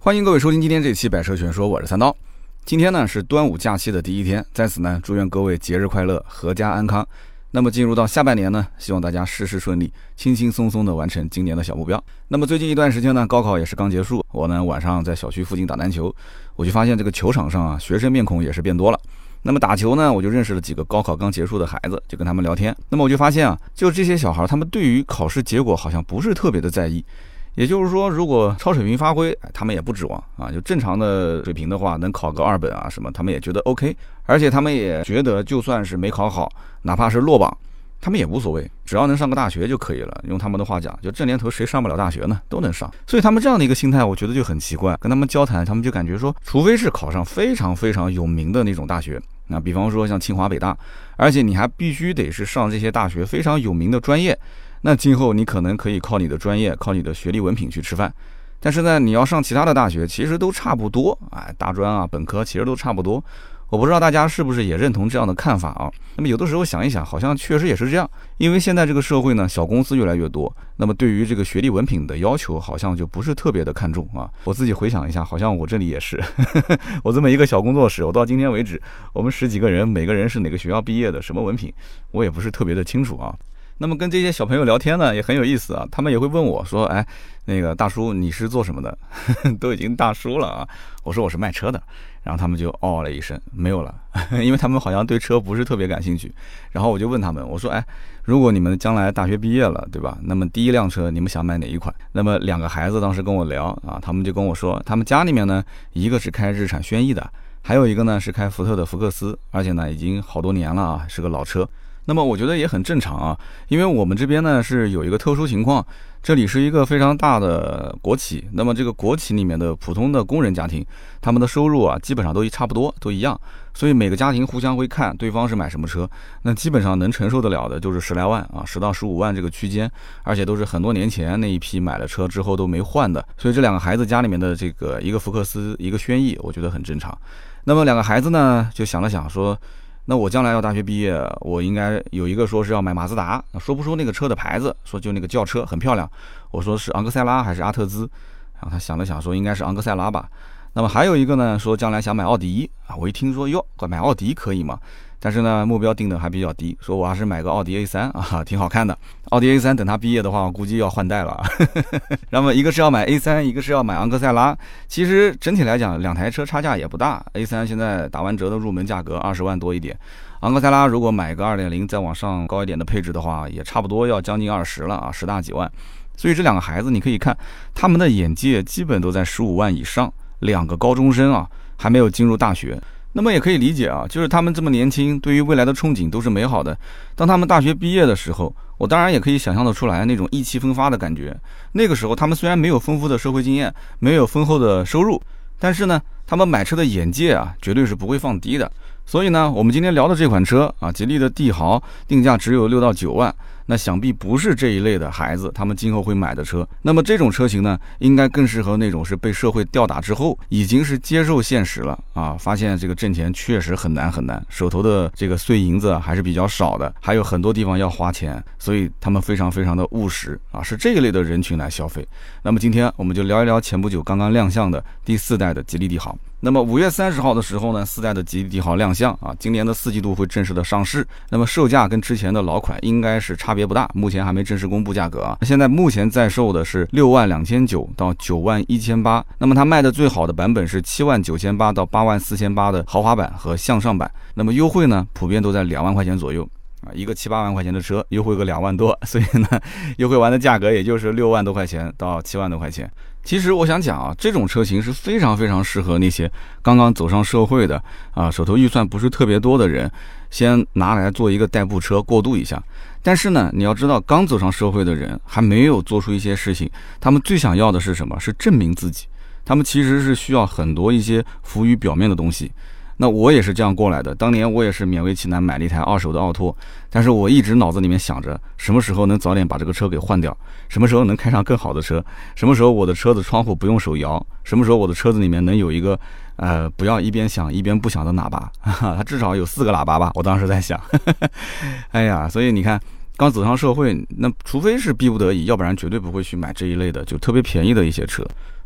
欢迎各位收听今天这期百车全说，我是三刀。今天呢是端午假期的第一天，在此呢祝愿各位节日快乐，阖家安康。那么进入到下半年呢，希望大家事事顺利，轻轻松松的完成今年的小目标。那么最近一段时间呢，高考也是刚结束，我呢晚上在小区附近打篮球，我就发现这个球场上啊，学生面孔也是变多了。那么打球呢，我就认识了几个高考刚结束的孩子，就跟他们聊天。那么我就发现啊，就这些小孩，他们对于考试结果好像不是特别的在意。也就是说，如果超水平发挥，他们也不指望啊。就正常的水平的话，能考个2本啊什么，他们也觉得 OK。而且他们也觉得，就算是没考好，哪怕是落榜，他们也无所谓，只要能上个大学就可以了。用他们的话讲，就这年头谁上不了大学呢？都能上。所以他们这样的一个心态，我觉得就很奇怪。跟他们交谈，他们就感觉说，除非是考上非常非常有名的那种大学，那比方说像清华、北大，而且你还必须得是上这些大学非常有名的专业。那今后你可能可以靠你的专业，靠你的学历文凭去吃饭，但是呢，你要上其他的大学，其实都差不多，大专啊、本科其实都差不多。我不知道大家是不是也认同这样的看法啊？那么有的时候想一想，好像确实也是这样，因为现在这个社会呢，小公司越来越多，那么对于这个学历文凭的要求，好像就不是特别的看重啊。我自己回想一下，好像我这里也是，我这么一个小工作室，我到今天为止，我们10几个人，每个人是哪个学校毕业的，什么文凭，我也不是特别的清楚啊。那么跟这些小朋友聊天呢，也很有意思啊。他们也会问我说：“哎，那个大叔，你是做什么的？”都已经大叔了啊。我说我是卖车的，然后他们就哦了一声，没有了，因为他们好像对车不是特别感兴趣。然后我就问他们，我说：“哎，如果你们将来大学毕业了，对吧？那么第一辆车你们想买哪一款？”那么2个孩子当时跟我聊啊，他们就跟我说，他们家里面呢，一个是开日产轩逸的，还有一个呢是开福特的福克斯，而且呢已经好多年了啊，是个老车。那么我觉得也很正常啊，因为我们这边呢是有一个特殊情况，这里是一个非常大的国企，那么这个国企里面的普通的工人家庭，他们的收入啊基本上都差不多，都一样，所以每个家庭互相会看对方是买什么车，那基本上能承受得了的就是10来万啊，10到15万这个区间，而且都是很多年前那一批买了车之后都没换的，所以这2个孩子家里面的这个一个福克斯，一个轩逸，我觉得很正常。那么2个孩子呢就想了想说，那我将来要大学毕业，我应该有一个说是要买马自达，说不出那个车的牌子，说就那个轿车很漂亮，我说是昂克赛拉还是阿特兹，然后他想了想说应该是昂克赛拉吧。那么还有一个呢说将来想买奥迪啊，我一听说哟，买奥迪可以吗？但是呢目标定的还比较低，说我还是买个奥迪 A3 啊，挺好看的。奥迪 A3 等他毕业的话，我估计要换代了。那么一个是要买 A3， 一个是要买昂克赛拉。其实整体来讲，2台车差价也不大。A3 现在打完折的入门价格20万多一点，昂克赛拉如果买个 2.0 再往上高一点的配置的话，也差不多要将近20了啊，10大几万。所以这2个孩子你可以看，他们的眼界基本都在15万以上，2个高中生啊，还没有进入大学。那么也可以理解啊，就是他们这么年轻，对于未来的憧憬都是美好的。当他们大学毕业的时候，我当然也可以想象得出来那种意气风发的感觉。那个时候他们虽然没有丰富的社会经验，没有丰厚的收入，但是呢，他们买车的眼界啊，绝对是不会放低的。所以呢，我们今天聊的这款车啊，吉利的帝豪，定价只有6到9万。那想必不是这一类的孩子他们今后会买的车。那么这种车型呢，应该更适合那种是被社会吊打之后，已经是接受现实了啊，发现这个挣钱确实很难很难，手头的这个碎银子还是比较少的，还有很多地方要花钱，所以他们非常非常的务实啊，是这一类的人群来消费。那么今天我们就聊一聊前不久刚刚亮相的第4代的吉利帝豪。那么5月30号的时候呢，4代的吉利帝豪亮相啊，今年的4季度会正式的上市。那么售价跟之前的老款应该是差别不大，目前还没正式公布价格啊。现在目前在售的是62900到91800，那么它卖的最好的版本是79800到84800的豪华版和向上版。那么优惠呢，普遍都在2万块钱左右。啊，一个7、8万块钱的车，优惠个2万多，所以呢，优惠完的价格也就是6万多块钱到7万多块钱。其实我想讲啊，这种车型是非常非常适合那些刚刚走上社会的啊，手头预算不是特别多的人，先拿来做一个代步车过渡一下。但是呢，你要知道，刚走上社会的人还没有做出一些事情，他们最想要的是什么？是证明自己。他们其实是需要很多一些浮于表面的东西。那我也是这样过来的，当年我也是勉为其难买了一台2手的奥拓，但是我一直脑子里面想着什么时候能早点把这个车给换掉，什么时候能开上更好的车，什么时候我的车子窗户不用手摇，什么时候我的车子里面能有一个不要一边响一边不响的喇叭，它至少有4个喇叭吧，我当时在想哎呀，所以你看刚走上社会，那除非是逼不得已，要不然绝对不会去买这一类的就特别便宜的一些车。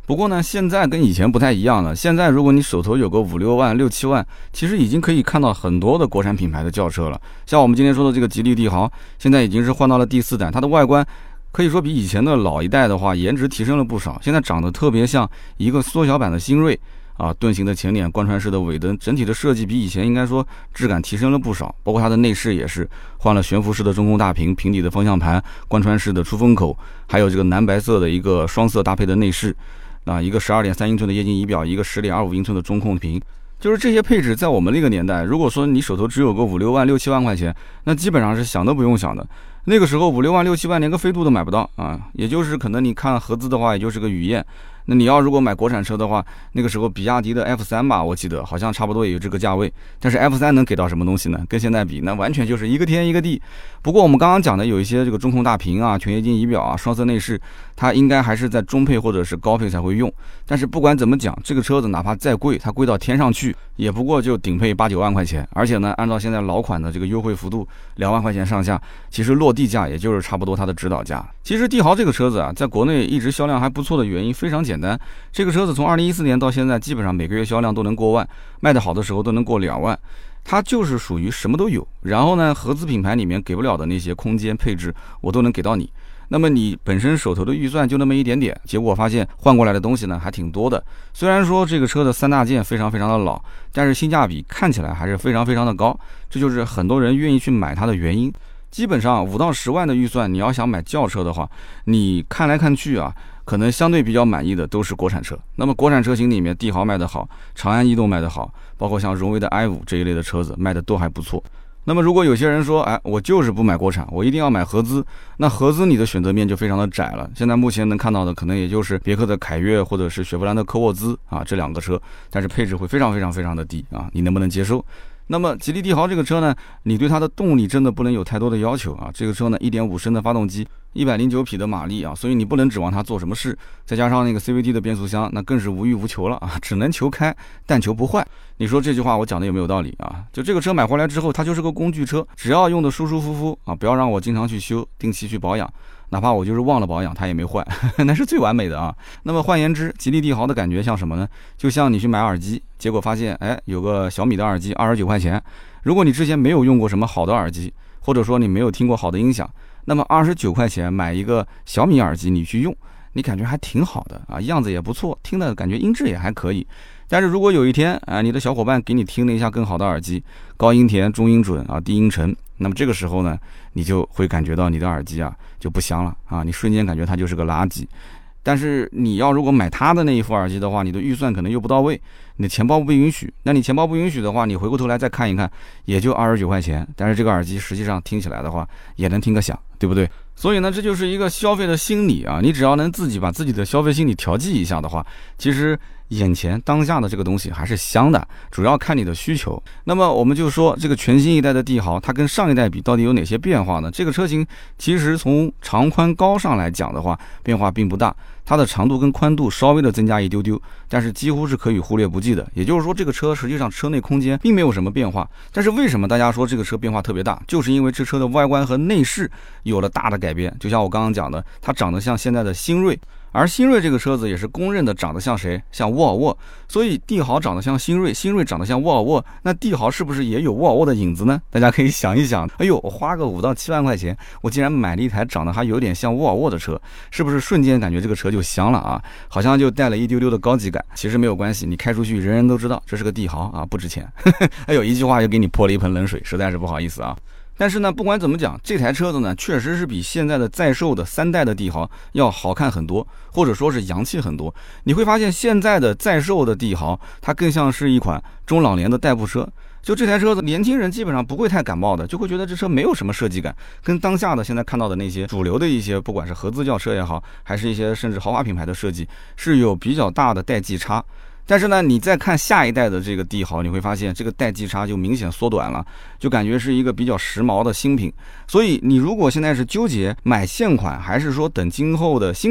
不过呢，现在跟以前不太一样了。现在如果你手头有个5、6万、6、7万，其实已经可以看到很多的国产品牌的轿车了。像我们今天说的这个吉利帝豪，现在已经是换到了第4代，它的外观可以说比以前的老一代的话，颜值提升了不少。现在长得特别像一个缩小版的新锐啊，盾形的前脸，贯穿式的尾灯，整体的设计比以前应该说质感提升了不少。包括它的内饰也是换了悬浮式的中控大屏、平底的方向盘、贯穿式的出风口，还有这个蓝白色的一个双色搭配的内饰。一个12.3英寸的液晶仪表，一个10.25英寸的中控屏，就是这些配置，在我们那个年代，如果说你手头只有个5、6万、6、7万块钱，那基本上是想都不用想的。那个时候5、6万、6、7万连个飞度都买不到啊，也就是可能你看合资的话，也就是个雨燕。那你要如果买国产车的话，那个时候比亚迪的 F3 吧，我记得好像差不多也有这个价位。但是 F3 能给到什么东西呢？跟现在比，那完全就是一个天一个地。不过我们刚刚讲的有一些这个中控大屏啊、全液晶仪表啊、双色内饰，它应该还是在中配或者是高配才会用。但是不管怎么讲，这个车子哪怕再贵，它贵到天上去，也不过就顶配8、9万块钱。而且呢，按照现在老款的这个优惠幅度2万块钱上下，其实落地价也就是差不多它的指导价。其实帝豪这个车子啊，在国内一直销量还不错的原因非常简单，这个车子从2014年到现在，基本上每个月销量都能过万，卖得好的时候都能过2万。它就是属于什么都有，然后呢，合资品牌里面给不了的那些空间配置，我都能给到你。那么你本身手头的预算就那么一点点，结果发现换过来的东西呢还挺多的。虽然说这个车的3大件非常非常的老，但是性价比看起来还是非常非常的高，这就是很多人愿意去买它的原因。基本上5到10万的预算，你要想买轿车的话，你看来看去啊，可能相对比较满意的都是国产车。那么国产车型里面，帝豪卖得好，长安逸动卖得好，包括像荣威的 i5 这一类的车子卖的都还不错。那么如果有些人说，哎，我就是不买国产，我一定要买合资，那合资你的选择面就非常的窄了。现在目前能看到的可能也就是别克的凯越或者是雪佛兰的科沃兹啊，这2个车，但是配置会非常非常非常的低啊，你能不能接受？那么吉利帝豪这个车呢，你对它的动力真的不能有太多的要求啊。这个车呢 1.5 升的发动机，109匹的马力啊，所以你不能指望它做什么事。再加上那个 CVT 的变速箱，那更是无欲无求了啊，只能求开，但求不坏。你说这句话我讲的有没有道理啊？就这个车买回来之后，它就是个工具车，只要用的舒舒服服啊，不要让我经常去修，定期去保养。哪怕我就是忘了保养，它也没坏，那是最完美的啊。那么换言之，吉利帝豪的感觉像什么呢？就像你去买耳机，结果发现，哎，有个小米的耳机29块钱。如果你之前没有用过什么好的耳机，或者说你没有听过好的音响，那么29块钱买一个小米耳机，你去用，你感觉还挺好的啊，样子也不错，听的感觉音质也还可以。但是如果有一天啊，你的小伙伴给你听了一下更好的耳机，高音甜、中音准啊、低音沉，那么这个时候呢，你就会感觉到你的耳机啊就不香了啊，你瞬间感觉它就是个垃圾。但是你要如果买它的那一副耳机的话，你的预算可能又不到位，你的钱包不允许。那你钱包不允许的话，你回过头来再看一看，也就29块钱。但是这个耳机实际上听起来的话，也能听个响，对不对？所以呢，这就是一个消费的心理啊。你只要能自己把自己的消费心理调剂一下的话，其实眼前当下的这个东西还是香的，主要看你的需求。那么我们就说这个全新一代的帝豪，它跟上一代比到底有哪些变化呢？这个车型其实从长宽高上来讲的话，变化并不大。它的长度跟宽度稍微的增加一丢丢，但是几乎是可以忽略不计的。也就是说，这个车实际上车内空间并没有什么变化。但是为什么大家说这个车变化特别大？就是因为这车的外观和内饰有了大的改变。就像我刚刚讲的，它长得像现在的新锐。而新锐这个车子也是公认的长得像谁？像沃尔沃。所以帝豪长得像新锐，新锐长得像沃尔沃，那帝豪是不是也有沃尔沃的影子呢？大家可以想一想，哎呦，我花个5到7万块钱，我竟然买了一台长得还有点像沃尔沃的车，是不是瞬间感觉这个车就香了啊？好像就带了一丢丢的高级感。其实没有关系，你开出去人人都知道这是个帝豪啊，不值钱。哎呦，一句话就给你泼了一盆冷水，实在是不好意思啊。但是呢，不管怎么讲，这台车子呢，确实是比现在的在售的3代的帝豪要好看很多，或者说是洋气很多。你会发现现在的在售的帝豪，它更像是一款中老年的代步车。就这台车子，年轻人基本上不会太感冒的，就会觉得这车没有什么设计感，跟当下的现在看到的那些主流的一些，不管是合资轿车也好，还是一些甚至豪华品牌的设计，是有比较大的代际差。但是呢，你再看下一代的这个帝豪，你会发现这个代际差就明显缩短了，就感觉是一个比较时髦的新品。所以你如果现在是纠结买现款还是说等今后的新款，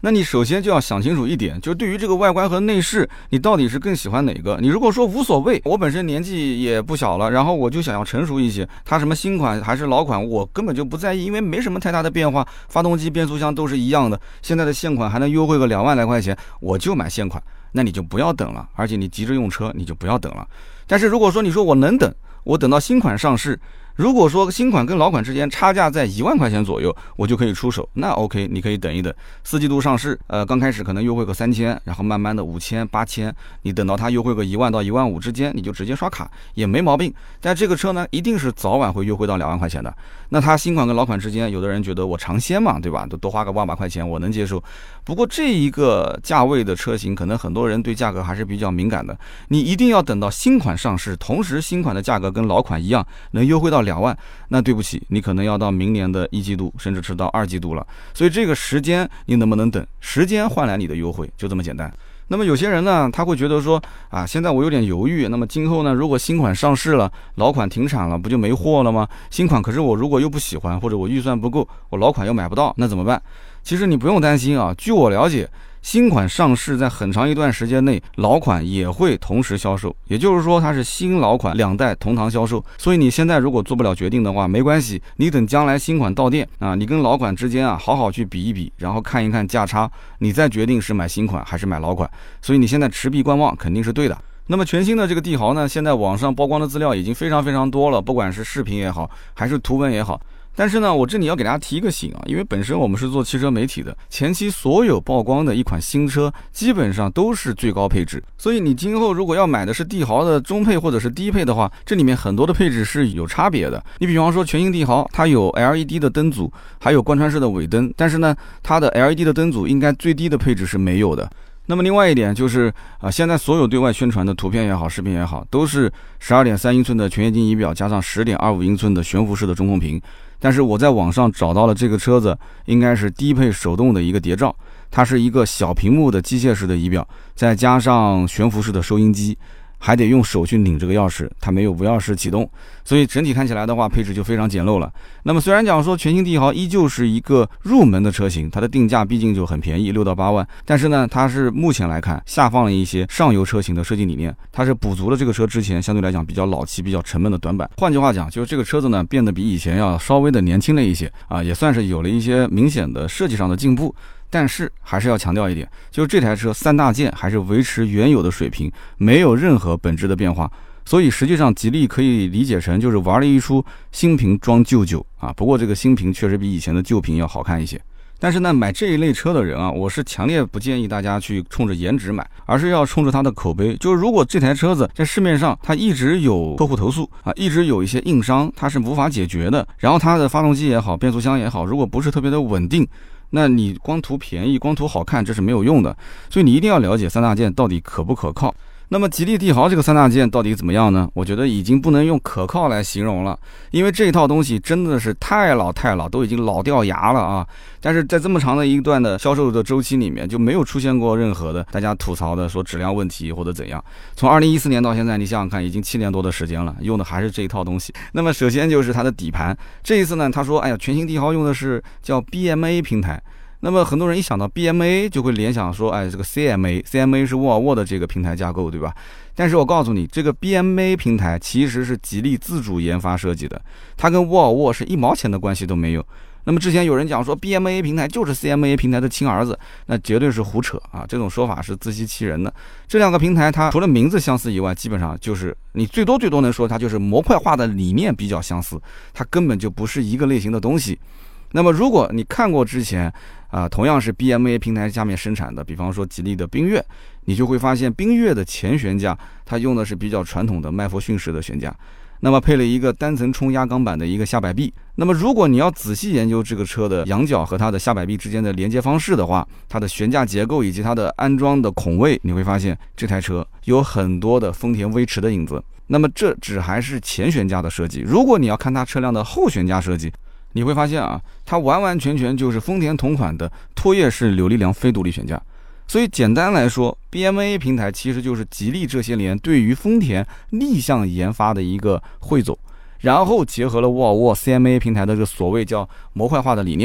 那你首先就要想清楚一点，就是对于这个外观和内饰，你到底是更喜欢哪个？你如果说无所谓，我本身年纪也不小了，然后我就想要成熟一些，它什么新款还是老款，我根本就不在意，因为没什么太大的变化，发动机、变速箱都是一样的，现在的现款还能优惠个2万来块钱，我就买现款，那你就不要等了，而且你急着用车，你就不要等了。但是如果说你说我能等，我等到新款上市，如果说新款跟老款之间差价在1万块钱左右，我就可以出手，那 OK， 你可以等一等，4季度上市，刚开始可能优惠个3000，然后慢慢的5000、8000，你等到它优惠个1万到1万5之间，你就直接刷卡也没毛病。但这个车呢，一定是早晚会优惠到2万块钱的。那它新款跟老款之间，有的人觉得我尝鲜嘛，对吧？多花个1万把块钱我能接受。不过这一个价位的车型，可能很多人对价格还是比较敏感的。你一定要等到新款上市，同时新款的价格跟老款一样，能优惠到2万，那对不起，你可能要到明年的1季度，甚至是到2季度了。所以这个时间你能不能等？时间换来你的优惠，就这么简单。那么有些人呢，他会觉得说现在我有点犹豫，那么今后呢，如果新款上市了，老款停产了，不就没货了吗？新款可是我如果又不喜欢，或者我预算不够，我老款又买不到，那怎么办？其实你不用担心啊，据我了解，新款上市在很长一段时间内，老款也会同时销售，也就是说它是新老款2代同堂销售。所以你现在如果做不了决定的话，没关系，你等将来新款到店你跟老款之间好好去比一比，然后看一看价差，你再决定是买新款还是买老款。所以你现在持币观望肯定是对的。那么全新的这个帝豪呢，现在网上曝光的资料已经非常非常多了，不管是视频也好，还是图文也好。但是呢，我这里要给大家提一个醒因为本身我们是做汽车媒体的，前期所有曝光的一款新车基本上都是最高配置，所以你今后如果要买的是帝豪的中配或者是低配的话，这里面很多的配置是有差别的。你比方说全新帝豪，它有 LED 的灯组，还有贯穿式的尾灯，但是呢，它的 LED 的灯组应该最低的配置是没有的。那么另外一点就是现在所有对外宣传的图片也好，视频也好，都是 12.3 英寸的全液晶仪表加上 10.25 英寸的悬浮式的中控屏。但是我在网上找到了这个车子应该是低配手动的一个谍照，它是一个小屏幕的机械式的仪表，再加上悬浮式的收音机，还得用手去拧这个钥匙，它没有无钥匙启动，所以整体看起来的话，配置就非常简陋了。那么虽然讲说全新帝豪依旧是一个入门的车型，它的定价毕竟就很便宜，6到8万，但是呢，它是目前来看下放了一些上游车型的设计理念，它是补足了这个车之前相对来讲比较老气、比较沉闷的短板。换句话讲，就是这个车子呢变得比以前要稍微的年轻了一些也算是有了一些明显的设计上的进步。但是还是要强调一点，就是这台车3大件还是维持原有的水平，没有任何本质的变化。所以实际上吉利可以理解成就是玩了一出新瓶装旧酒不过这个新瓶确实比以前的旧瓶要好看一些。但是呢，买这一类车的人我是强烈不建议大家去冲着颜值买，而是要冲着它的口碑。就是如果这台车子在市面上它一直有客户投诉一直有一些硬伤，它是无法解决的，然后它的发动机也好，变速箱也好，如果不是特别的稳定，那你光图便宜光图好看这是没有用的。所以你一定要了解3大件到底可不可靠。那么吉利帝豪这个3大件到底怎么样呢？我觉得已经不能用可靠来形容了，因为这一套东西真的是太老，都已经老掉牙了但是在这么长的一段的销售的周期里面，就没有出现过任何的大家吐槽的说质量问题或者怎样。从2014年到现在，你想想看，已经7年多的时间了，用的还是这一套东西。那么首先就是它的底盘，这一次呢，他说全新帝豪用的是叫 BMA 平台。那么很多人一想到 BMA 就会联想说这个 CMA 是沃尔沃的这个平台架构，对吧？但是我告诉你，这个 BMA 平台其实是吉利自主研发设计的，它跟沃尔沃是1毛钱的关系都没有。那么之前有人讲说 BMA 平台就是 CMA 平台的亲儿子，那绝对是胡扯这种说法是自欺欺人的。这两个平台它除了名字相似以外，基本上就是你最多能说它就是模块化的理念比较相似，它根本就不是一个类型的东西。那么如果你看过之前同样是 BMA 平台下面生产的，比方说吉利的缤越，你就会发现缤越的前悬架它用的是比较传统的麦弗逊式的悬架，那么配了一个单层冲压钢板的一个下摆臂。那么如果你要仔细研究这个车的仰角和它的下摆臂之间的连接方式的话，它的悬架结构以及它的安装的孔位，你会发现这台车有很多的丰田威驰的影子。那么这只还是前悬架的设计，如果你要看它车辆的后悬架设计，你会发现它完完全全就是丰田同款的拖曳式扭力梁非独立悬架。所以简单来说 BMA 平台其实就是吉利这些年对于丰田逆向研发的一个汇总，然后结合了沃尔沃 CMA 平台的这个所谓叫模块化的理念，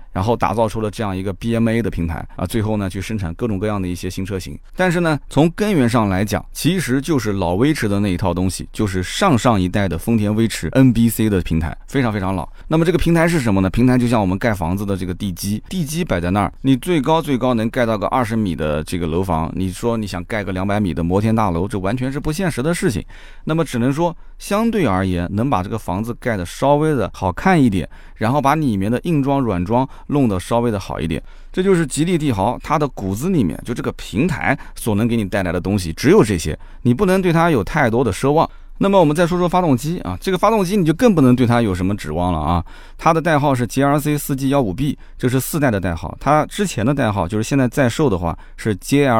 然后打造出了这样一个 BMA 的平台啊，最后呢去生产各种各样的一些新车型。但是呢，从根源上来讲，其实就是老威驰的那一套东西，就是上一代的丰田威驰 NBC 的平台，非常非常老。那么这个平台是什么呢？平台就像我们盖房子的这个地基摆在那儿，你最高能盖到个20米的这个楼房，你说你想盖个200米的摩天大楼，这完全是不现实的事情。那么只能说相对而言，能把这个房子盖得稍微的好看一点，然后把里面的硬装软装弄得稍微的好一点，这就是吉利帝豪它的骨子里面就这个平台所能给你带来的东西，只有这些，你不能对它有太多的奢望。那么我们再说说发动机啊，这个发动机你就更不能对它有什么指望了啊。它的代号是 GRC4G15B， 这是4代的代号，它之前的代号就是现在在售的话是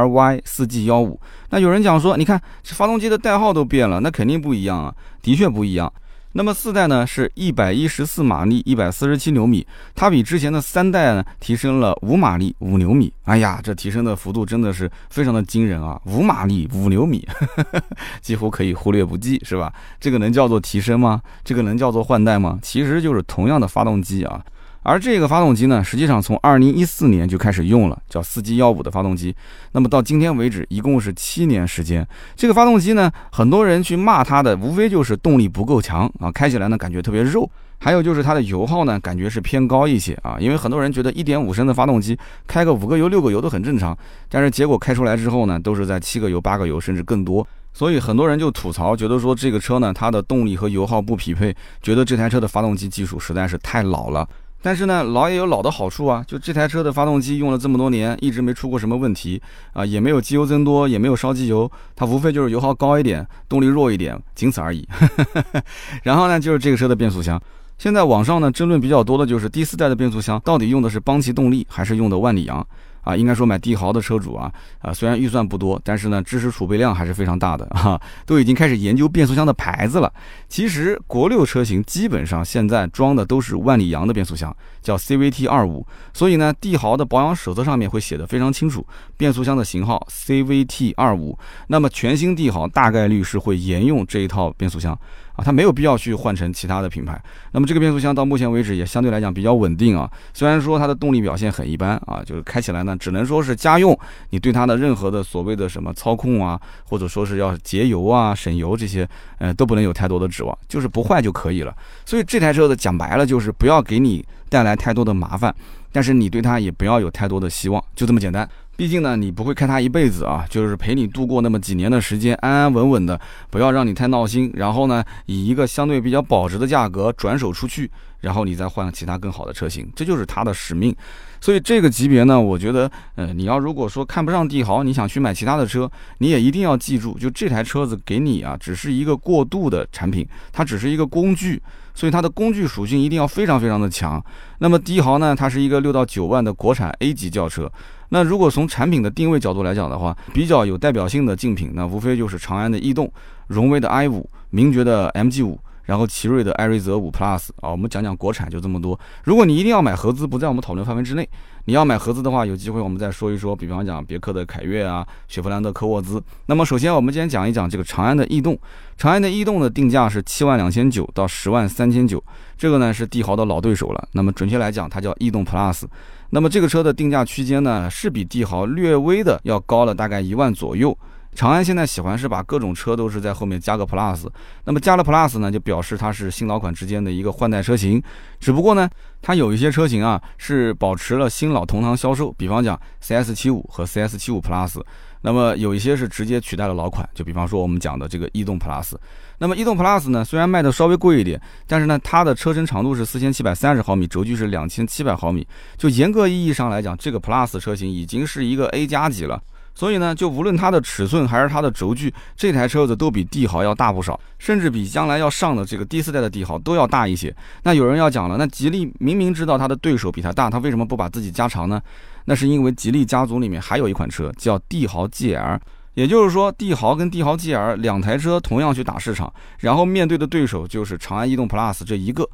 JLY4G15。那有人讲说，你看这发动机的代号都变了，那肯定不一样啊，的确不一样。那么4代呢是114马力147牛米，它比之前的3代呢提升了5马力5牛米。哎呀，这提升的幅度真的是非常的惊人啊，5马力5牛米几乎可以忽略不计，是吧？这个能叫做提升吗？这个能叫做换代吗？其实就是同样的发动机啊。而这个发动机呢，实际上从2014年就开始用了，叫4G15的发动机。那么到今天为止，一共是7年时间。这个发动机呢，很多人去骂它的，无非就是动力不够强啊，开起来呢感觉特别肉。还有就是它的油耗呢，感觉是偏高一些啊，因为很多人觉得1.5升的发动机开个5个油6个油都很正常，但是结果开出来之后呢，都是在7个油8个油甚至更多。所以很多人就吐槽，觉得说这个车呢，它的动力和油耗不匹配，觉得这台车的发动机技术实在是太老了。但是呢，老也有老的好处啊，就这台车的发动机用了这么多年，一直没出过什么问题啊，也没有机油增多，也没有烧机油，它无非就是油耗高一点，动力弱一点，仅此而已。然后呢，就是这个车的变速箱。现在网上呢争论比较多的就是第4代的变速箱到底用的是邦奇动力还是用的万里扬啊？应该说买帝豪的车主啊，虽然预算不多，但是呢知识储备量还是非常大的啊，都已经开始研究变速箱的牌子了。其实国6车型基本上现在装的都是万里扬的变速箱，叫 CVT25， 所以呢帝豪的保养手册上面会写的非常清楚，变速箱的型号 CVT25。那么全新帝豪大概率是会沿用这一套变速箱啊，它没有必要去换成其他的品牌。那么这个变速箱到目前为止也相对来讲比较稳定啊，虽然说它的动力表现很一般啊，就是开起来呢只能说是家用，你对它的任何的所谓的什么操控啊，或者说是要节油啊省油这些都不能有太多的指望，就是不坏就可以了。所以这台车的讲白了就是不要给你带来太多的麻烦，但是你对它也不要有太多的希望，就这么简单。毕竟呢，你不会开它一辈子啊，就是陪你度过那么几年的时间，安安稳稳的，不要让你太闹心。然后呢，以一个相对比较保值的价格转手出去，然后你再换其他更好的车型，这就是它的使命。所以这个级别呢，我觉得，你要如果说看不上帝豪，你想去买其他的车，你也一定要记住，就这台车子给你啊，只是一个过渡的产品，它只是一个工具。所以它的工具属性一定要非常非常的强。那么帝豪呢，它是一个6到9万的国产 A 级轿车。那如果从产品的定位角度来讲的话，比较有代表性的竞品，那无非就是长安的逸动、荣威的 i5、名爵的 MG5，然后奇瑞的艾瑞泽5 Plus 啊。我们讲讲国产就这么多。如果你一定要买合资，不在我们讨论范围之内。你要买合资的话，有机会我们再说一说，比方讲别克的凯越啊，雪佛兰的科沃兹。那么首先我们今天讲一讲这个长安的逸动。长安的逸动的定价是72900到103900，这个呢是帝豪的老对手了。那么准确来讲，它叫逸动 Plus。那么这个车的定价区间呢，是比帝豪略微的要高了大概1万左右。长安现在喜欢是把各种车都是在后面加个 Plus， 那么加了 Plus 呢，就表示它是新老款之间的一个换代车型。只不过呢，它有一些车型啊是保持了新老同堂销售，比方讲 CS75 和 CS75 Plus， 那么有一些是直接取代了老款，就比方说我们讲的这个逸动 Plus。那么逸动 Plus 呢，虽然卖的稍微贵一点，但是呢，它的车身长度是4730毫米，轴距是2700毫米，就严格意义上来讲，这个 Plus 车型已经是一个 A 加级了。所以呢，就无论它的尺寸还是它的轴距，这台车子都比帝豪要大不少，甚至比将来要上的这个第4代的帝豪都要大一些。那有人要讲了，那吉利明明知道它的对手比它大，它为什么不把自己加长呢？那是因为吉利家族里面还有一款车叫帝豪 GL， 也就是说帝豪跟帝豪 GL 两台车同样去打市场，然后面对的对手就是长安逸动 Plus 这一个。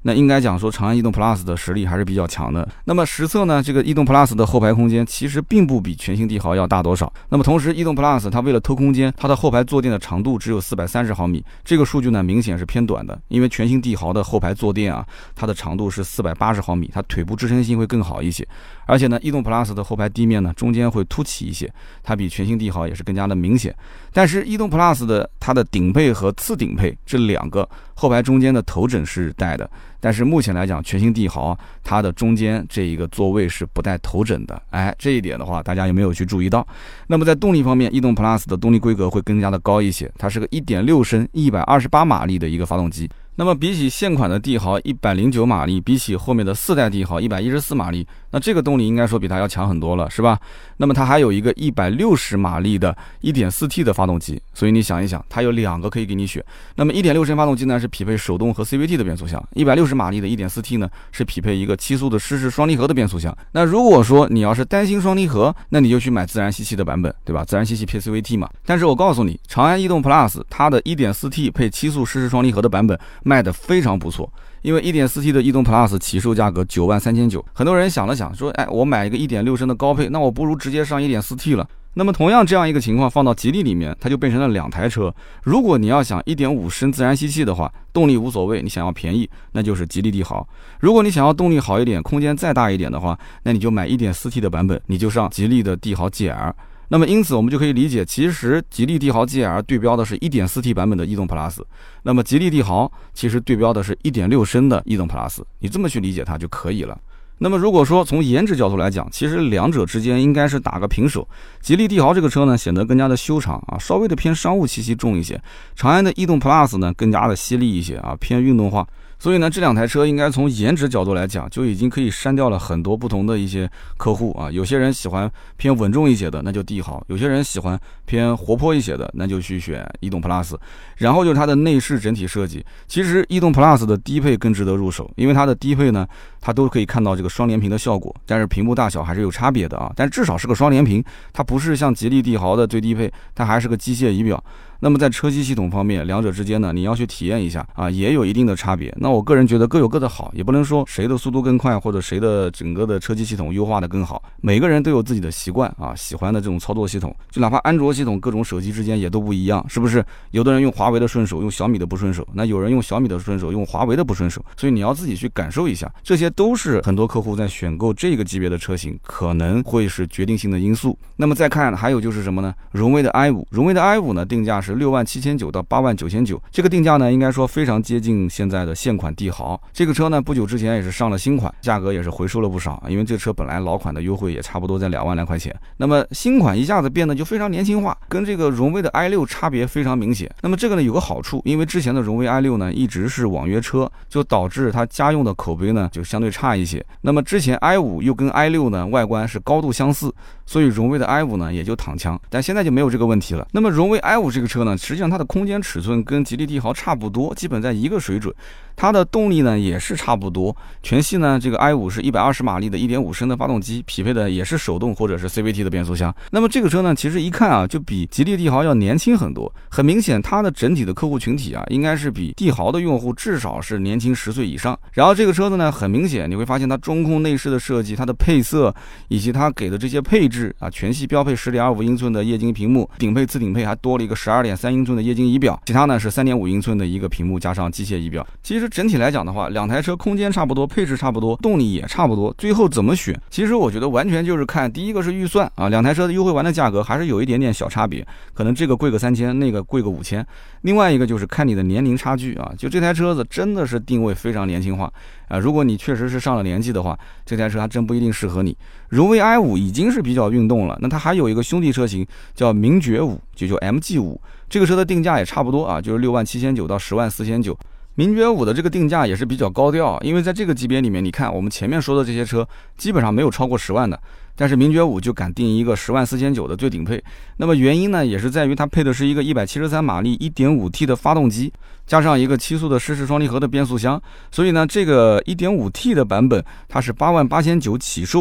那应该讲说长安逸动 Plus 的实力还是比较强的。那么实测呢，这个逸动 Plus 的后排空间其实并不比全新帝豪要大多少。那么同时逸动 Plus 它为了偷空间，它的后排坐垫的长度只有430毫米，这个数据呢明显是偏短的，因为全新帝豪的后排坐垫啊，它的长度是480毫米，它腿部支撑性会更好一些。而且呢，逸动 Plus 的后排地面呢中间会凸起一些，它比全新帝豪也是更加的明显。但是逸动 Plus 的它的顶配和次顶配这两个后排中间的头枕是带的，但是目前来讲，全新帝豪它的中间这一个座位是不带头枕的。这一点的话，大家有没有去注意到？那么在动力方面，逸动 Plus 的动力规格会更加的高一些，它是个 1.6 升128马力的一个发动机。那么比起现款的帝豪109马力，比起后面的4代帝豪114马力，那这个动力应该说比它要强很多了，是吧？那么它还有一个160马力的 1.4T 的发动机，所以你想一想，它有两个可以给你选。那么 1.6 升发动机呢是匹配手动和 CVT 的变速箱，160马力的 1.4T 呢是匹配一个7速的湿式双离合的变速箱。那如果说你要是担心双离合，那你就去买自然吸气的版本，对吧？自然吸气配 CVT 嘛。但是我告诉你，长安逸动 Plus 它的 1.4T 配7速湿式双离合的版本卖的非常不错，因为 1.4T 的逸动 Plus 起售价格93900，很多人想了想说，我买一个 1.6 升的高配，那我不如直接上 1.4T 了。那么同样这样一个情况放到吉利里面，它就变成了两台车。如果你要想 1.5 升自然吸气的话，动力无所谓，你想要便宜，那就是吉利帝豪。如果你想要动力好一点，空间再大一点的话，那你就买 1.4T 的版本，你就上吉利的帝豪 GL。那么因此我们就可以理解，其实吉利帝豪 GL 对标的是 1.4T 版本的逸动 Plus， 那么吉利帝豪其实对标的是 1.6 升的逸动 Plus， 你这么去理解它就可以了。那么如果说从颜值角度来讲，其实两者之间应该是打个平手。吉利帝豪这个车呢显得更加的修长啊，稍微的偏商务气息重一些。长安的逸动 Plus 呢更加的犀利一些啊，偏运动化。所以呢，这两台车应该从颜值角度来讲，就已经可以删掉了很多不同的一些客户啊。有些人喜欢偏稳重一些的，那就帝豪；有些人喜欢偏活泼一些的，那就去选逸动 Plus。然后就是它的内饰整体设计，其实逸动 Plus 的低配更值得入手，因为它的低配呢，它都可以看到这个双联屏的效果，但是屏幕大小还是有差别的啊。但至少是个双联屏，它不是像吉利帝豪的最低配，它还是个机械仪表。那么在车机系统方面，两者之间呢，你要去体验一下啊，也有一定的差别。那我个人觉得各有各的好，也不能说谁的速度更快，或者谁的整个的车机系统优化的更好。每个人都有自己的习惯啊，喜欢的这种操作系统，就哪怕安卓系统各种手机之间也都不一样，是不是？有的人用华为的顺手，用小米的不顺手，那有人用小米的顺手，用华为的不顺手，所以你要自己去感受一下，这些都是很多客户在选购这个级别的车型可能会是决定性的因素。那么再看还有就是什么呢？荣威的 i5， 荣威的 i5 呢定价是67900到89900，这个定价呢应该说非常接近现在的现款帝豪。这个车呢不久之前也是上了新款，价格也是回收了不少，因为这车本来老款的优惠也差不多在2万来块钱，那么新款一下子变得就非常年轻化，跟这个荣威的 i6 差别非常明显。那么这个呢有个好处，因为之前的荣威 i6 呢一直是网约车，就导致它家用的口碑呢就相对差一些。那么之前 i5 又跟 i6 呢外观是高度相似，所以荣威的 i5 呢也就躺枪，但现在就没有这个问题了。那么荣威 i5 这个车呢，实际上它的空间尺寸跟吉利帝豪差不多，基本在一个水准。它的动力呢也是差不多，全系呢这个 i5 是120马力的 1.5 升的发动机，匹配的也是手动或者是 CVT 的变速箱。那么这个车呢其实一看啊就比吉利帝豪要年轻很多，很明显它的整体的客户群体啊应该是比帝豪的用户至少是年轻10岁以上。然后这个车子呢很明显你会发现它中控内饰的设计，它的配色以及它给的这些配置啊，全系标配 10.25 英寸的液晶屏幕，顶配次顶配还多了一个 12.3 英寸的液晶仪表，其他呢是 3.5 英寸的一个屏幕加上机械仪表。其实整体来讲的话，两台车空间差不多，配置差不多，动力也差不多，最后怎么选，其实我觉得完全就是看第一个是预算啊，两台车的优惠完的价格还是有一点点小差别，可能这个贵个3000，那个贵个5000。另外一个就是看你的年龄差距啊，就这台车子真的是定位非常年轻化啊，如果你确实是上了年纪的话，这台车还真不一定适合你。荣威 i5 已经是比较运动了，那它还有一个兄弟车型叫名爵5，就叫 MG5， 这个车的定价也差不多啊，就是67900到104900。名爵5的这个定价也是比较高调，因为在这个级别里面，你看我们前面说的这些车基本上没有超过10万的，但是名爵5就敢定一个104900的最顶配。那么原因呢也是在于它配的是一个173马力 1.5T 的发动机，加上一个7速的湿式双离合的变速箱，所以呢这个 1.5T 的版本它是88900起售。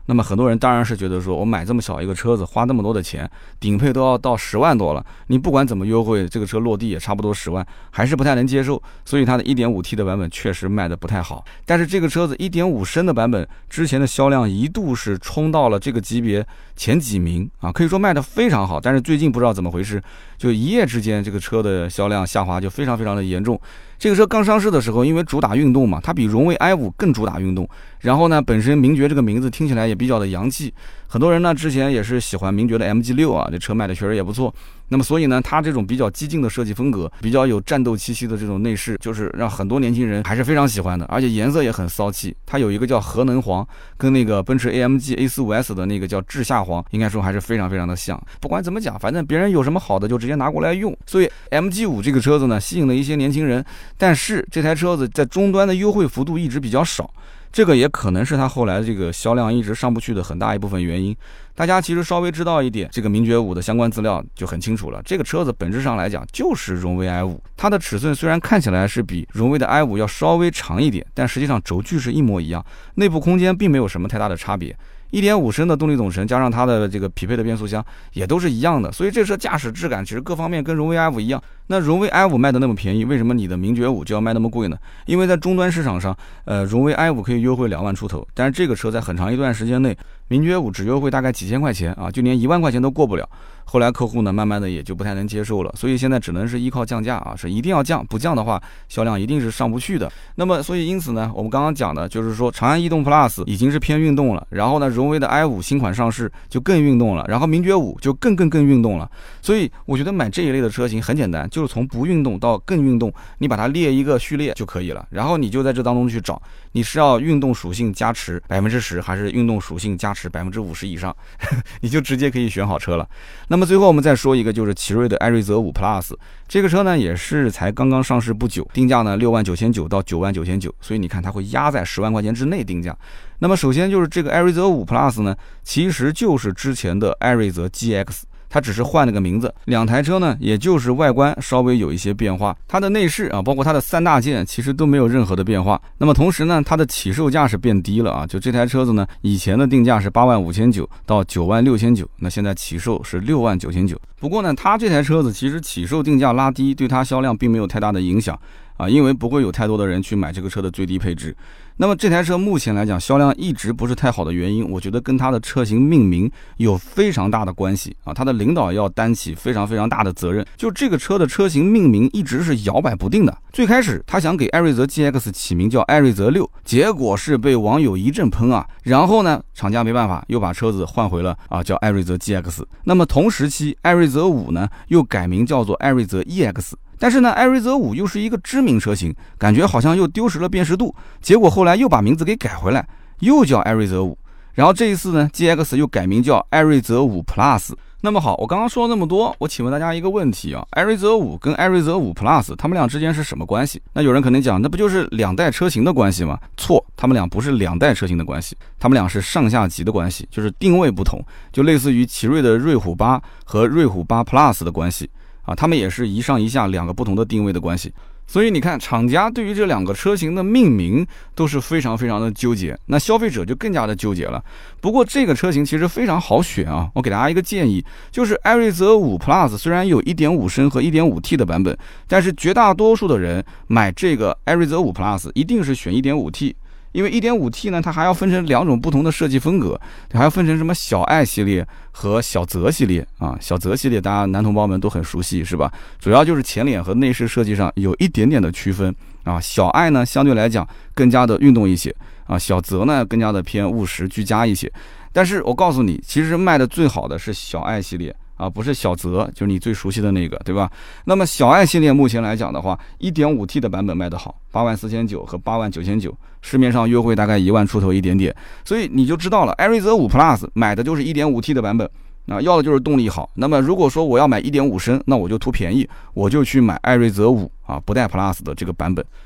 那么很多人当然是觉得说，我买这么小一个车子，花那么多的钱，顶配都要到10万多了，你不管怎么优惠，这个车落地也差不多10万，还是不太能接受。所以它的 1.5T 的版本确实卖的不太好。但是这个车子1.5升的版本之前的销量一度是冲到了这个级别前几名啊，可以说卖的非常好。但是最近不知道怎么回事，就一夜之间这个车的销量下滑就非常非常的严重。这个车刚上市的时候，因为主打运动嘛，它比荣威 i5 更主打运动。然后呢，本身名爵这个名字听起来也比较的洋气，很多人呢之前也是喜欢名爵的 MG6 啊，这车卖的确实也不错。那么所以呢，它这种比较激进的设计风格，比较有战斗气息的这种内饰，就是让很多年轻人还是非常喜欢的，而且颜色也很骚气。它有一个叫核能黄，跟那个奔驰 AMG A45S 的那个叫炙夏黄，应该说还是非常非常的像。不管怎么讲，反正别人有什么好的就直接拿过来用。所以 MG5 这个车子呢，吸引了一些年轻人，但是这台车子在终端的优惠幅度一直比较少。这个也可能是它后来这个销量一直上不去的很大一部分原因。大家其实稍微知道一点这个名爵5的相关资料就很清楚了，这个车子本质上来讲就是荣威 i5， 它的尺寸虽然看起来是比荣威的 i5 要稍微长一点，但实际上轴距是一模一样，内部空间并没有什么太大的差别。1.5升的动力总成加上它的这个匹配的变速箱也都是一样的，所以这车驾驶质感其实各方面跟荣威 i5 一样。那荣威 i5 卖的那么便宜，为什么你的名爵5就要卖那么贵呢？因为在终端市场上，荣威 i5 可以优惠2万出头，但是这个车在很长一段时间内，名爵5只优惠大概几千块钱啊，就连1万块钱都过不了。后来客户呢，慢慢的也就不太能接受了，所以现在只能是依靠降价啊，是一定要降，不降的话，销量一定是上不去的。那么，所以因此呢，我们刚刚讲的就是说，长安逸动 Plus 已经是偏运动了，然后呢，荣威的 i5 新款上市就更运动了，然后名爵5就更运动了。所以我觉得买这一类的车型很简单，就是从不运动到更运动，你把它列一个序列就可以了，然后你就在这当中去找，你是要运动属性加持10%，还是运动属性加持50%以上，你就直接可以选好车了。那么最后我们再说一个，就是奇瑞的艾瑞泽5 Plus， 这个车呢也是才刚刚上市不久，定价呢69900到99900，所以你看它会压在10万块钱之内定价。那么首先就是这个艾瑞泽5 Plus 呢，其实就是之前的艾瑞泽 GX。它只是换了个名字，两台车呢，也就是外观稍微有一些变化，它的内饰啊，包括它的3大件，其实都没有任何的变化。那么同时呢，它的起售价是变低了啊，就这台车子呢，以前的定价是85900到96900，那现在起售是69900。不过呢，它这台车子其实起售定价拉低，对它销量并没有太大的影响啊，因为不会有太多的人去买这个车的最低配置。那么这台车目前来讲销量一直不是太好的原因，我觉得跟它的车型命名有非常大的关系啊，它的领导要担起非常非常大的责任。就这个车的车型命名一直是摇摆不定的，最开始他想给艾瑞泽 GX 起名叫艾瑞泽6，结果是被网友一阵喷啊，然后呢厂家没办法又把车子换回了啊，叫艾瑞泽 GX。那么同时期艾瑞泽5呢又改名叫做艾瑞泽 EX，但是呢，艾瑞泽5又是一个知名车型，感觉好像又丢失了辨识度，结果后来又把名字给改回来，又叫艾瑞泽5。然后这一次呢 ，GX 又改名叫艾瑞泽5 Plus。那么好，我刚刚说了那么多，我请问大家一个问题啊，艾瑞泽5跟艾瑞泽5 Plus， 他们俩之间是什么关系？那有人可能讲，那不就是2代车型的关系吗？错，他们俩不是2代车型的关系，他们俩是上下级的关系，就是定位不同，就类似于奇瑞的瑞虎8和瑞虎8 Plus 的关系。啊，他们也是一上一下2个不同的定位的关系，所以你看，厂家对于这2个车型的命名都是非常非常的纠结，那消费者就更加的纠结了。不过这个车型其实非常好选啊，我给大家一个建议，就是艾瑞泽5 Plus 虽然有 1.5 升和 1.5T 的版本，但是绝大多数的人买这个艾瑞泽5 Plus 一定是选 1.5T。因为 1.5T 呢，它还要分成2种不同的设计风格，还要分成什么小爱系列和小泽系列啊。小泽系列大家男同胞们都很熟悉是吧？主要就是前脸和内饰设计上有一点点的区分啊。小爱呢相对来讲更加的运动一些啊，小泽呢更加的偏务实居家一些。但是我告诉你，其实卖的最好的是小爱系列啊，不是小泽，就是你最熟悉的那个，对吧？那么小爱系列目前来讲的话， 1.5T 的版本卖得好，84900和89900，市面上优惠大概1万出头一点点，所以你就知道了，艾瑞泽5 Plus 买的就是 1.5T 的版本啊，要的就是动力好。那么如果说我要买 1.5 升，那我就图便宜，我就去买艾瑞泽5啊，不带 Plus 的这个版本。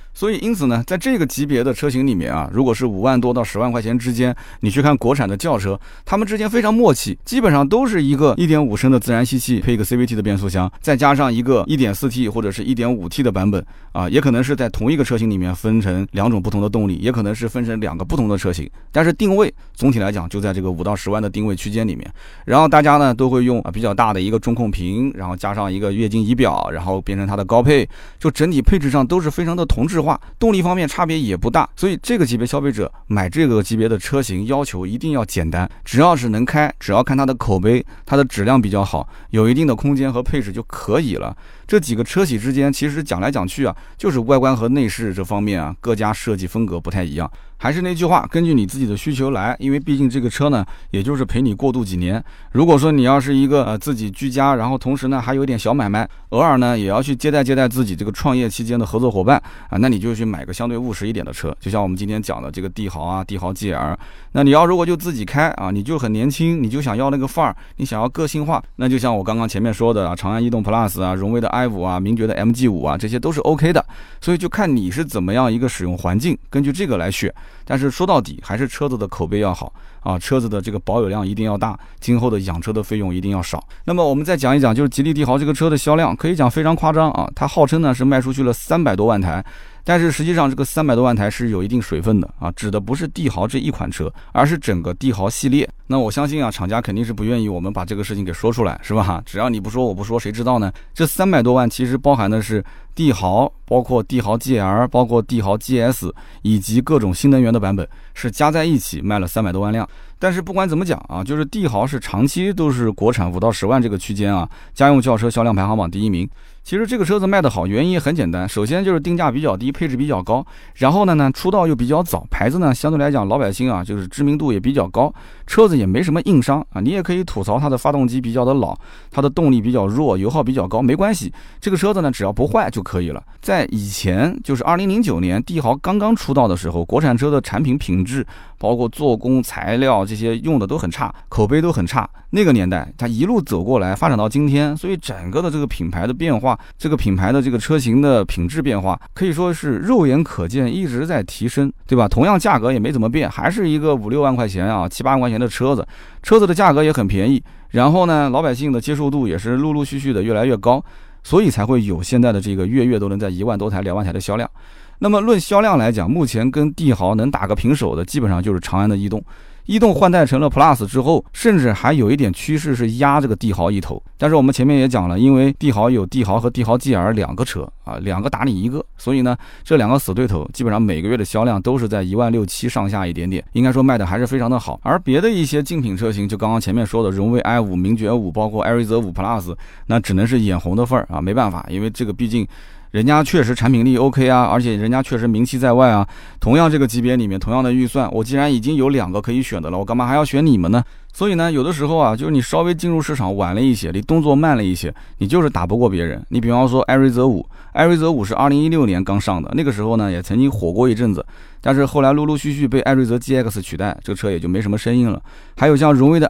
所以因此呢，在这个级别的车型里面啊，如果是5万多到10万块钱之间，你去看国产的轿车，它们之间非常默契，基本上都是一个 1.5 升的自然吸气配一个 CVT 的变速箱，再加上一个 1.4T 或者是 1.5T 的版本啊，也可能是在同一个车型里面分成2种不同的动力，也可能是分成2个不同的车型，但是定位总体来讲就在这个5到10万的定位区间里面。然后大家呢都会用比较大的一个中控屏，然后加上一个液晶仪表，然后变成它的高配，就整体配置上都是非常的同质化，动力方面差别也不大。所以这个级别消费者买这个级别的车型要求一定要简单，只要是能开，只要看它的口碑，它的质量比较好，有一定的空间和配置就可以了。这几个车企之间其实讲来讲去啊，就是外观和内饰这方面啊，各家设计风格不太一样。还是那句话，根据你自己的需求来，因为毕竟这个车呢，也就是陪你过渡几年。如果说你要是一个自己居家，然后同时呢还有一点小买卖，偶尔呢也要去接待自己这个创业期间的合作伙伴啊，那你就去买个相对务实一点的车，就像我们今天讲的这个帝豪啊、帝豪 GL。那你要如果就自己开啊，你就很年轻，你就想要那个范儿，你想要个性化，那就像我刚刚前面说的啊，长安逸动 Plus 啊、荣威的 i5 啊、名爵的 MG5 啊，这些都是 OK 的。所以就看你是怎么样一个使用环境，根据这个来选。但是说到底还是车子的口碑要好啊，车子的这个保有量一定要大，今后的养车的费用一定要少。那么我们再讲一讲，就是吉利帝豪这个车的销量，可以讲非常夸张啊，它号称呢是卖出去了300多万台。但是实际上这个300多万台是有一定水分的啊，指的不是帝豪这一款车，而是整个帝豪系列。那我相信啊，厂家肯定是不愿意我们把这个事情给说出来，是吧？只要你不说我不说，谁知道呢？这300多万其实包含的是帝豪，包括帝豪 GL， 包括帝豪 GS 以及各种新能源的版本，是加在一起卖了300多万辆。但是不管怎么讲啊，就是帝豪是长期都是国产5到10万这个区间啊，家用轿车销量排行榜第1名。其实这个车子卖得好，原因也很简单，首先就是定价比较低，配置比较高，然后呢出道又比较早，牌子呢相对来讲老百姓啊就是知名度也比较高，车子也没什么硬伤啊，你也可以吐槽它的发动机比较的老，它的动力比较弱，油耗比较高，没关系，这个车子呢只要不坏就可以了。在以前就是2009年帝豪刚刚出道的时候，国产车的产品品质包括做工材料这些用的都很差，口碑都很差。那个年代它一路走过来发展到今天，所以整个的这个品牌的变化，这个品牌的这个车型的品质变化可以说是肉眼可见，一直在提升，对吧？同样价格也没怎么变，还是一个5、6万块钱啊、7、8万块钱的车子，车子的价格也很便宜，然后呢老百姓的接受度也是陆陆续续的越来越高，所以才会有现在的这个月都能在1万多台、2万台的销量。那么论销量来讲，目前跟帝豪能打个平手的基本上就是长安的逸动。逸动换代成了 Plus 之后，甚至还有一点趋势是压这个帝豪一头。但是我们前面也讲了，因为帝豪有帝豪和帝豪 GL 2个车啊，2个打你1个，所以呢这2个死对头基本上每个月的销量都是在1.6、7上下一点点，应该说卖的还是非常的好。而别的一些竞品车型，就刚刚前面说的荣威 i5、名爵5，包括艾瑞泽5 Plus， 那只能是眼红的份儿啊，没办法，因为这个毕竟人家确实产品力 OK 啊，而且人家确实名气在外啊。同样这个级别里面，同样的预算，我既然已经有2个可以选的了，我干嘛还要选你们呢？所以呢，有的时候啊，就是你稍微进入市场晚了一些，你动作慢了一些，你就是打不过别人。你比方说艾瑞泽5是2016年刚上的，那个时候呢也曾经火过一阵子，但是后来陆陆续续被艾瑞泽 GX 取代，这个车也就没什么声音了。还有像荣威的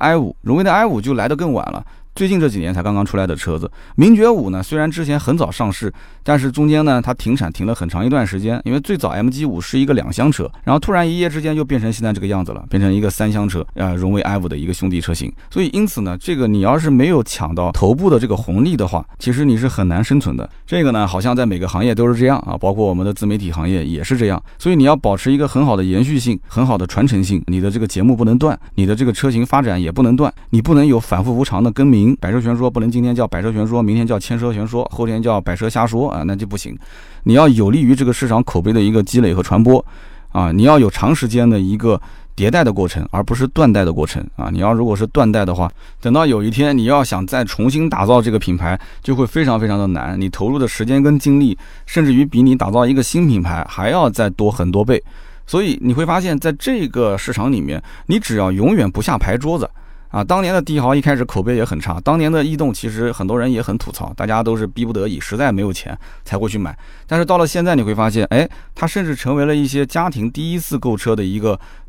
i5，就来得更晚了。最近这几年才刚刚出来的车子。名爵5呢，虽然之前很早上市，但是中间呢它停产停了很长一段时间，因为最早 MG5 是一个2厢车，然后突然一夜之间就变成现在这个样子了，变成一个3厢车，荣威 i5 的一个兄弟车型。所以因此呢，这个你要是没有抢到头部的这个红利的话，其实你是很难生存的。这个呢好像在每个行业都是这样啊，包括我们的自媒体行业也是这样。所以你要保持一个很好的延续性，很好的传承性，你的这个节目不能断，你的这个车型发展也不能断，你不能有反复无常的更名。百车全说不能今天叫百车全说，明天叫千车全说，后天叫百车瞎说啊，那就不行。你要有利于这个市场口碑的一个积累和传播啊，你要有长时间的一个迭代的过程，而不是断代的过程啊。你要如果是断代的话，等到有一天你要想再重新打造这个品牌，就会非常非常的难，你投入的时间跟精力，甚至于比你打造一个新品牌还要再多很多倍。所以你会发现在这个市场里面，你只要永远不下牌桌子啊，当年的帝豪一开始口碑也很差，当年的逸动其实很多人也很吐槽，大家都是逼不得已，实在没有钱才会去买。但是到了现在你会发现，它甚至成为了一些家庭第一次购车的一个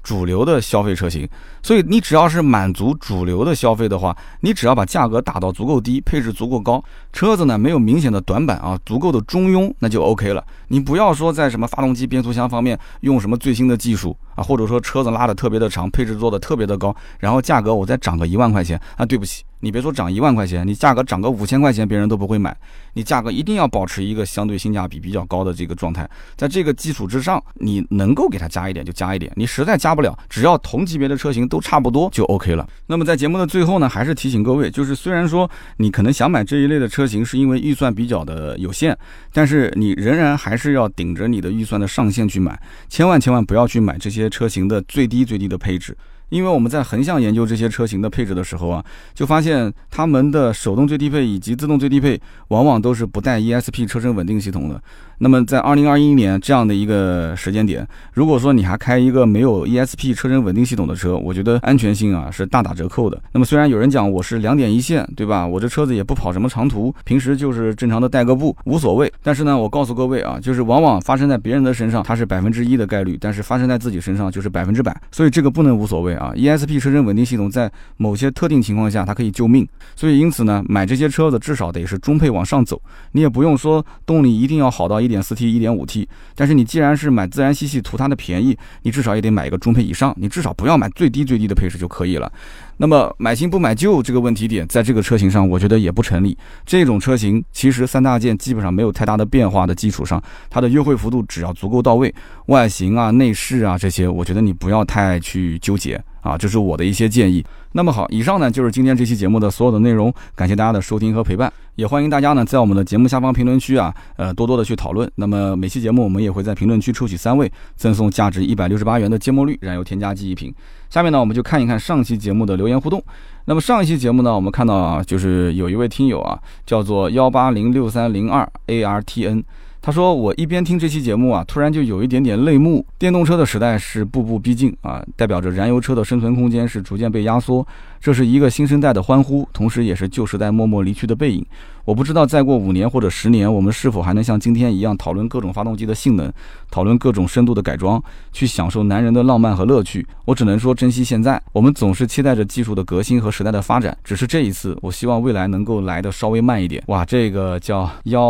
主流的消费车型。所以你只要是满足主流的消费的话，你只要把价格打到足够低，配置足够高，车子呢没有明显的短板啊，足够的中庸，那就 OK 了。你不要说在什么发动机、变速箱方面用什么最新的技术啊，或者说车子拉的特别的长，配置做的特别的高，然后价格我再涨个1万块钱啊，对不起，你别说涨1万块钱，你价格涨个5000块钱，别人都不会买。你价格一定要保持一个相对性价比比较高的这个状态，在这个基础之上，你能够给它加一点就加一点，你实在加不了，只要同级别的车型都差不多就 OK 了。那么在节目的最后呢，还是提醒各位，就是虽然说你可能想买这一类的车型是因为预算比较的有限，但是你仍然还是要顶着你的预算的上限去买，千万不要去买这些车型的最低的配置。因为我们在横向研究这些车型的配置的时候啊，就发现他们的手动最低配以及自动最低配往往都是不带 ESP 车身稳定系统的。那么在2021年这样的一个时间点，如果说你还开一个没有 ESP 车身稳定系统的车，我觉得安全性啊是大打折扣的。那么虽然有人讲我是2点一线，对吧？我这车子也不跑什么长途，平时就是正常的代个步，无所谓。但是呢，我告诉各位啊，就是往往发生在别人的身上，它是1%的概率，但是发生在自己身上就是100%。所以这个不能无所谓啊。ESP 车身稳定系统在某些特定情况下它可以救命，所以因此呢，买这些车子至少得是中配往上走，你也不用说动力一定要好到 1.4T、1.5T， 但是你既然是买自然吸气图它的便宜，你至少也得买一个中配以上，你至少不要买最低的配置就可以了。那么买新不买旧这个问题点在这个车型上我觉得也不成立，这种车型其实3大件基本上没有太大的变化的基础上，它的优惠幅度只要足够到位，外形啊、内饰啊这些我觉得你不要太去纠结啊，这是我的一些建议。那么好，以上呢就是今天这期节目的所有的内容，感谢大家的收听和陪伴，也欢迎大家呢在我们的节目下方评论区啊，多多的去讨论。那么每期节目我们也会在评论区抽取3位，赠送价值168元的芥末绿燃油添加剂1瓶。下面呢我们就看一看上期节目的留言互动。那么上一期节目呢，我们看到啊，就是有一位听友啊，叫做1806302ARTN。他说我一边听这期节目啊，突然就有一点点泪目。电动车的时代是步步逼近啊，代表着燃油车的生存空间是逐渐被压缩，这是一个新生代的欢呼，同时也是旧时代默默离去的背影。我不知道再过5年或者10年，我们是否还能像今天一样讨论各种发动机的性能，讨论各种深度的改装，去享受男人的浪漫和乐趣。我只能说珍惜现在，我们总是期待着技术的革新和时代的发展，只是这一次我希望未来能够来的稍微慢一点。哇，这个叫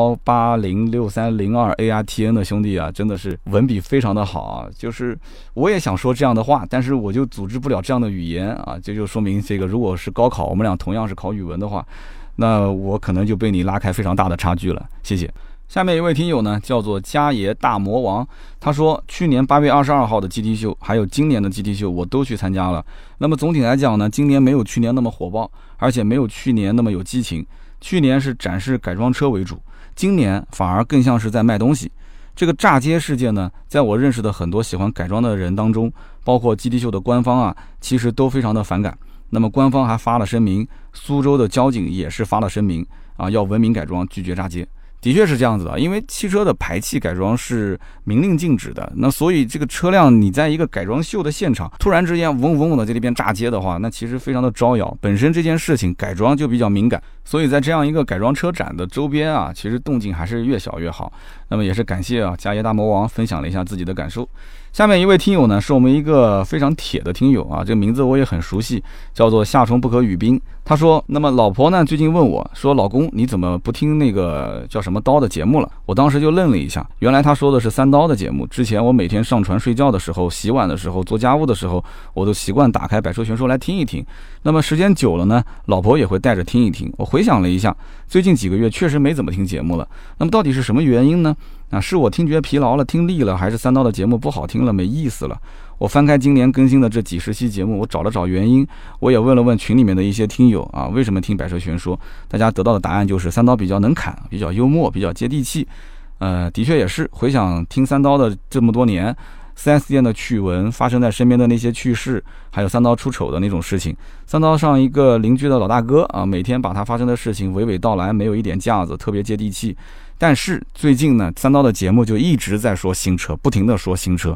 1806302ARTN 的兄弟啊，真的是文笔非常的好啊，就是我也想说这样的话，但是我就组织不了这样的语言啊，这就说明这个如果是高考我们俩同样是考语文的话，那我可能就被你拉开非常大的差距了，谢谢。下面一位听友呢叫做家爷大魔王，他说去年8月22号的 GT 秀还有今年的 GT 秀我都去参加了，那么总体来讲呢，今年没有去年那么火爆，而且没有去年那么有激情，去年是展示改装车为主，今年反而更像是在卖东西。这个炸街事件呢，在我认识的很多喜欢改装的人当中，包括 GT 秀的官方啊，其实都非常的反感。那么官方还发了声明，苏州的交警也是发了声明啊，要文明改装，拒绝炸街。的确是这样子的，因为汽车的排气改装是明令禁止的，那所以这个车辆你在一个改装秀的现场突然之间嗡嗡的在这边炸街的话，那其实非常的招摇，本身这件事情改装就比较敏感，所以在这样一个改装车展的周边啊，其实动静还是越小越好。那么也是感谢啊家爷大魔王分享了一下自己的感受。下面一位听友呢，是我们一个非常铁的听友啊，这个名字我也很熟悉，叫做夏虫不可语冰。他说，那么老婆呢最近问我说，老公你怎么不听那个叫什么刀的节目了？我当时就愣了一下，原来他说的是3刀的节目。之前我每天上床睡觉的时候、洗碗的时候、做家务的时候，我都习惯打开百车全说来听一听。那么时间久了呢，老婆也会带着听一听。我回想了一下，最近几个月确实没怎么听节目了。那么到底是什么原因呢？是我听觉疲劳了、听腻了，还是3刀的节目不好听了、没意思了？我翻开今年更新的这几十期节目，我找了找原因，我也问了问群里面的一些听友啊，为什么听百车全说？大家得到的答案就是3刀比较能侃，比较幽默，比较接地气。的确也是，回想听3刀的这么多年，4S 店的趣闻，发生在身边的那些趣事，还有3刀出丑的那种事情。3刀上一个邻居的老大哥啊，每天把他发生的事情娓娓道来，没有一点架子，特别接地气。但是最近呢，3刀的节目就一直在说新车，不停的说新车，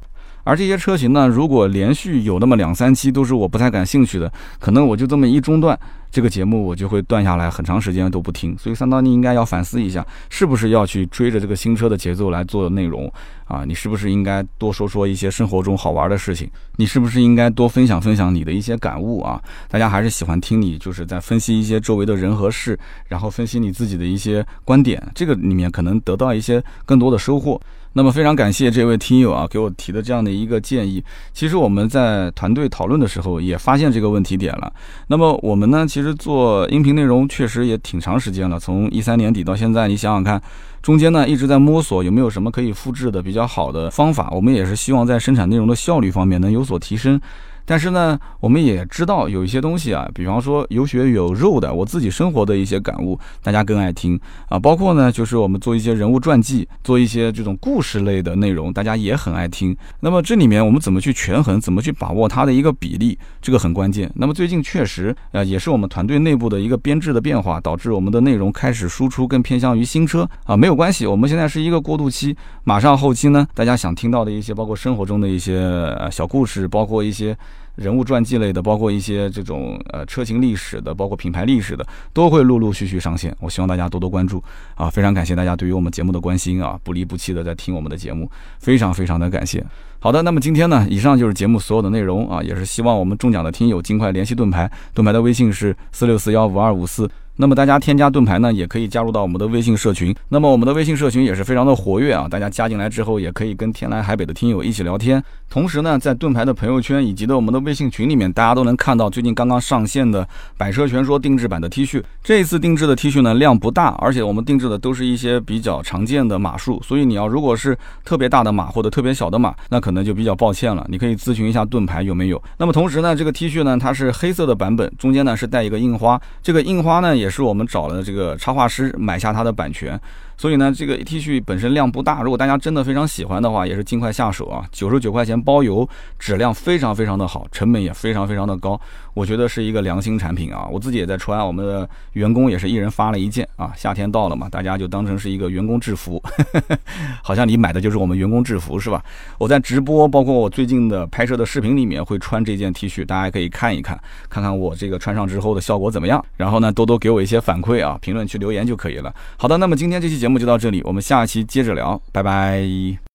而这些车型呢，如果连续有那么2-3期都是我不太感兴趣的，可能我就这么一中断，这个节目我就会断下来，很长时间都不听。所以三刀你应该要反思一下，是不是要去追着这个新车的节奏来做内容啊？你是不是应该多说说一些生活中好玩的事情？你是不是应该多分享分享你的一些感悟啊？大家还是喜欢听你就是在分析一些周围的人和事，然后分析你自己的一些观点，这个里面可能得到一些更多的收获。那么非常感谢这位听友啊给我提的这样的一个建议。其实我们在团队讨论的时候也发现这个问题点了。那么我们呢，其实做音频内容确实也挺长时间了，从13年底到现在，你想想看，中间呢一直在摸索有没有什么可以复制的比较好的方法。我们也是希望在生产内容的效率方面能有所提升。但是呢，我们也知道有一些东西啊，比方说有血有肉的，我自己生活的一些感悟，大家更爱听啊。包括呢，就是我们做一些人物传记，做一些这种故事类的内容，大家也很爱听。那么这里面我们怎么去权衡，怎么去把握它的一个比例，这个很关键。那么最近确实也是我们团队内部的一个编制的变化，导致我们的内容开始输出更偏向于新车啊。没有关系，我们现在是一个过渡期，马上后期呢，大家想听到的一些，包括生活中的一些小故事，包括一些人物传记类的，包括一些这种车型历史的，包括品牌历史的，都会陆陆续续上线。我希望大家多多关注啊！非常感谢大家对于我们节目的关心啊，不离不弃的在听我们的节目，非常非常的感谢。好的，那么今天呢，以上就是节目所有的内容啊，也是希望我们中奖的听友尽快联系盾牌，盾牌的微信是46415254。那么大家添加盾牌呢，也可以加入到我们的微信社群。那么我们的微信社群也是非常的活跃啊，大家加进来之后，也可以跟天南海北的听友一起聊天。同时呢，在盾牌的朋友圈以及的我们的微信群里面，大家都能看到最近刚刚上线的百车全说定制版的 T 恤。这一次定制的 T 恤呢，量不大，而且我们定制的都是一些比较常见的码数，所以你要如果是特别大的码或者特别小的码，那可能就比较抱歉了，你可以咨询一下盾牌有没有。那么同时呢，这个 T 恤呢，它是黑色的版本，中间呢是带一个印花，这个印花呢也是我们找了这个插画师买下它的版权。所以呢，这个 T 恤本身量不大，如果大家真的非常喜欢的话，也是尽快下手啊！99块钱包邮，质量非常非常的好，成本也非常非常的高，我觉得是一个良心产品啊！我自己也在穿，我们的员工也是一人发了一件啊。夏天到了嘛，大家就当成是一个员工制服，好像你买的就是我们员工制服是吧？我在直播，包括我最近的拍摄的视频里面会穿这件 T 恤，大家可以看一看，看看我这个穿上之后的效果怎么样。然后呢，多多给我一些反馈啊，评论区留言就可以了。好的，那么今天这期节目就到这里，我们下期接着聊，拜拜。